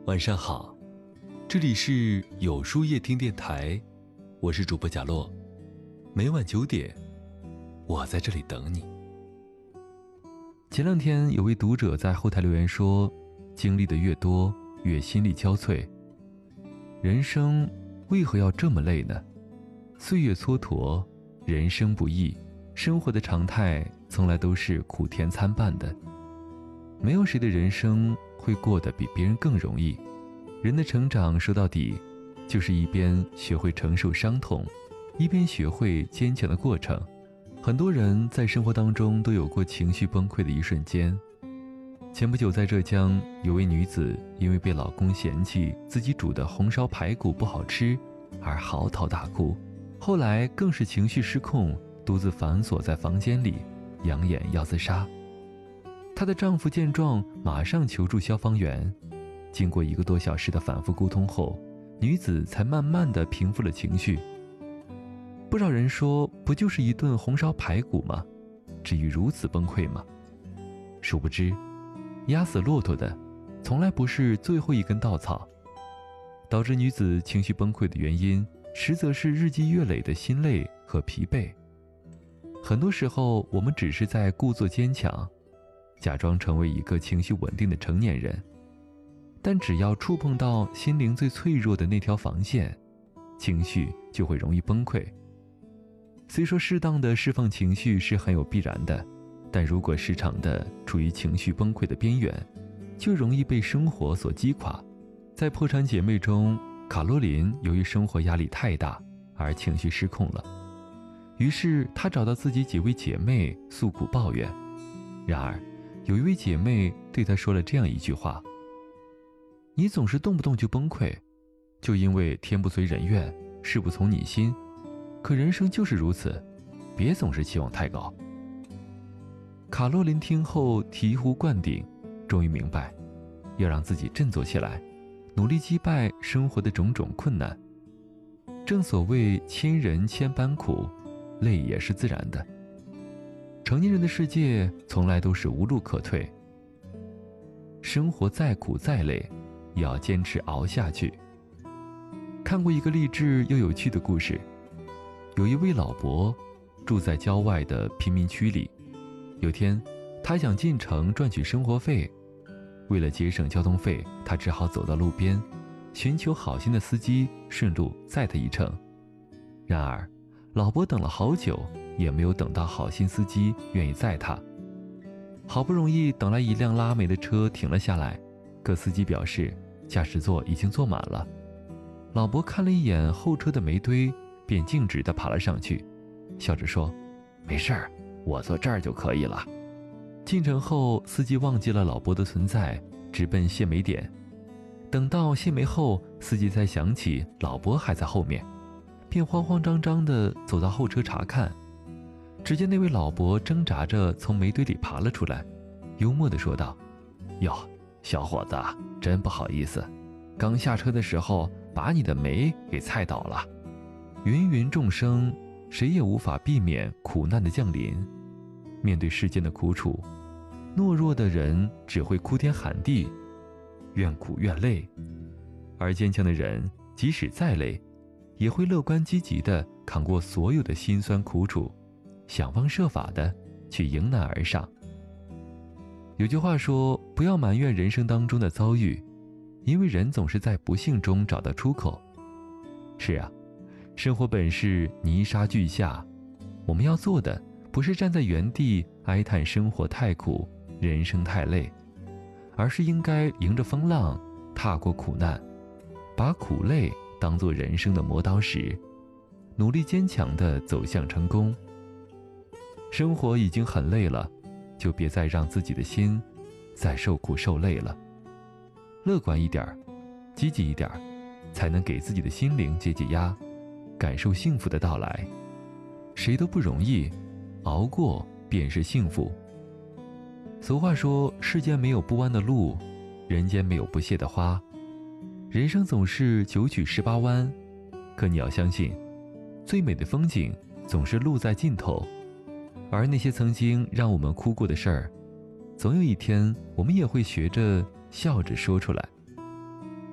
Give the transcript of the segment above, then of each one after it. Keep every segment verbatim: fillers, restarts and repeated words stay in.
晚上好，这里是有书夜听电台，我是主播贾洛，每晚九点，我在这里等你。前两天有位读者在后台留言说，经历的越多，越心力交瘁。人生为何要这么累呢？岁月蹉跎，人生不易，生活的常态从来都是苦甜参半的。没有谁的人生会过得比别人更容易。人的成长说到底，就是一边学会承受伤痛，一边学会坚强的过程。很多人在生活当中都有过情绪崩溃的一瞬间。前不久在浙江，有位女子因为被老公嫌弃自己煮的红烧排骨不好吃而嚎啕大哭，后来更是情绪失控，独自反锁在房间里，扬言要自杀。她的丈夫见状马上求助消防员，经过一个多小时的反复沟通后，女子才慢慢地平复了情绪。不少人说，不就是一顿红烧排骨吗？至于如此崩溃吗？殊不知，压死骆驼的从来不是最后一根稻草。导致女子情绪崩溃的原因，实则是日积月累的心累和疲惫。很多时候，我们只是在故作坚强，假装成为一个情绪稳定的成年人，但只要触碰到心灵最脆弱的那条防线，情绪就会容易崩溃。虽说适当的释放情绪是很有必然的，但如果时常的处于情绪崩溃的边缘，就容易被生活所击垮。在破产姐妹中，卡洛琳由于生活压力太大而情绪失控了，于是她找到自己几位姐妹诉苦抱怨。然而有一位姐妹对她说了这样一句话：你总是动不动就崩溃，就因为天不遂人愿，事不从你心，可人生就是如此，别总是期望太高。卡洛琳听后醍醐灌顶，终于明白要让自己振作起来，努力击败生活的种种困难。正所谓千人千般苦，累也是自然的。成年人的世界从来都是无路可退，生活再苦再累，也要坚持熬下去。看过一个励志又有趣的故事，有一位老伯住在郊外的贫民区里，有天他想进城赚取生活费，为了节省交通费，他只好走到路边，寻求好心的司机顺路载他一程。然而老伯等了好久，也没有等到好心司机愿意载他。好不容易等来一辆拉煤的车停了下来，可司机表示驾驶座已经坐满了。老伯看了一眼后车的煤堆，便径直地爬了上去，笑着说：没事儿，我坐这儿就可以了。进城后，司机忘记了老伯的存在，直奔卸煤点。等到卸煤后，司机才想起老伯还在后面，便慌慌张张地走到后车查看。只见那位老伯挣扎着从煤堆里爬了出来，幽默地说道：哟，小伙子，真不好意思，刚下车的时候把你的煤给踩倒了。芸芸众生，谁也无法避免苦难的降临。面对世间的苦楚，懦弱的人只会哭天喊地，怨苦怨累；而坚强的人即使再累，也会乐观积极地扛过所有的辛酸苦楚，想方设法地去迎难而上。有句话说，不要埋怨人生当中的遭遇，因为人总是在不幸中找到出口。是啊，生活本是泥沙俱下，我们要做的不是站在原地哀叹生活太苦，人生太累，而是应该迎着风浪，踏过苦难，把苦累当作人生的磨刀石，努力坚强地走向成功。生活已经很累了，就别再让自己的心再受苦受累了。乐观一点，积极一点，才能给自己的心灵解解压，感受幸福的到来。谁都不容易，熬过便是幸福。俗话说，世间没有不弯的路，人间没有不谢的花。人生总是九曲十八弯，可你要相信，最美的风景总是路在尽头。而那些曾经让我们哭过的事儿，总有一天我们也会学着笑着说出来。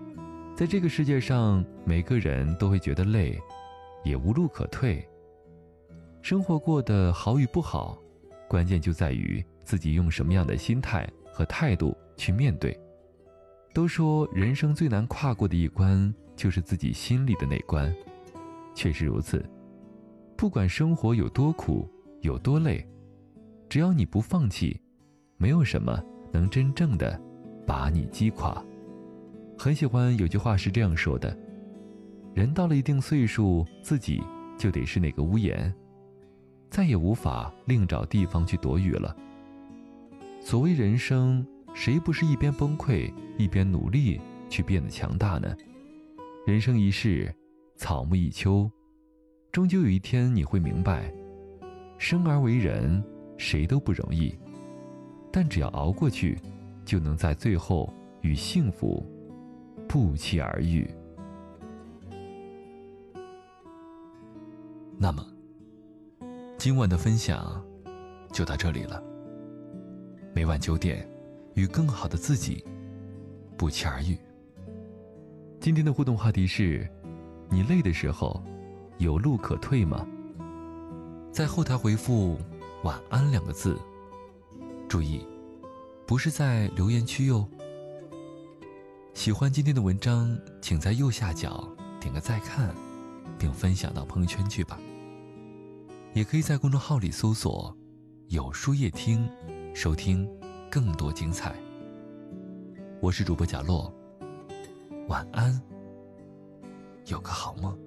在这个世界上，每个人都会觉得累，也无路可退。生活过得好与不好，关键就在于自己用什么样的心态和态度去面对。都说人生最难跨过的一关，就是自己心里的那关。确实如此，不管生活有多苦，有多累，只要你不放弃，没有什么能真正的把你击垮。很喜欢有句话是这样说的：人到了一定岁数，自己就得是那个屋檐，再也无法另找地方去躲雨了。所谓人生，谁不是一边崩溃，一边努力去变得强大呢？人生一世，草木一秋，终究有一天你会明白，生而为人，谁都不容易，但只要熬过去，就能在最后与幸福不期而遇。那么，今晚的分享就到这里了。每晚九点，与更好的自己不期而遇。今天的互动话题是：你累的时候有路可退吗？在后台回复晚安两个字，注意不是在留言区哟。喜欢今天的文章，请在右下角点个再看，并分享到朋友圈去吧。也可以在公众号里搜索有书夜听，收听更多精彩。我是主播贾洛，晚安，有个好梦。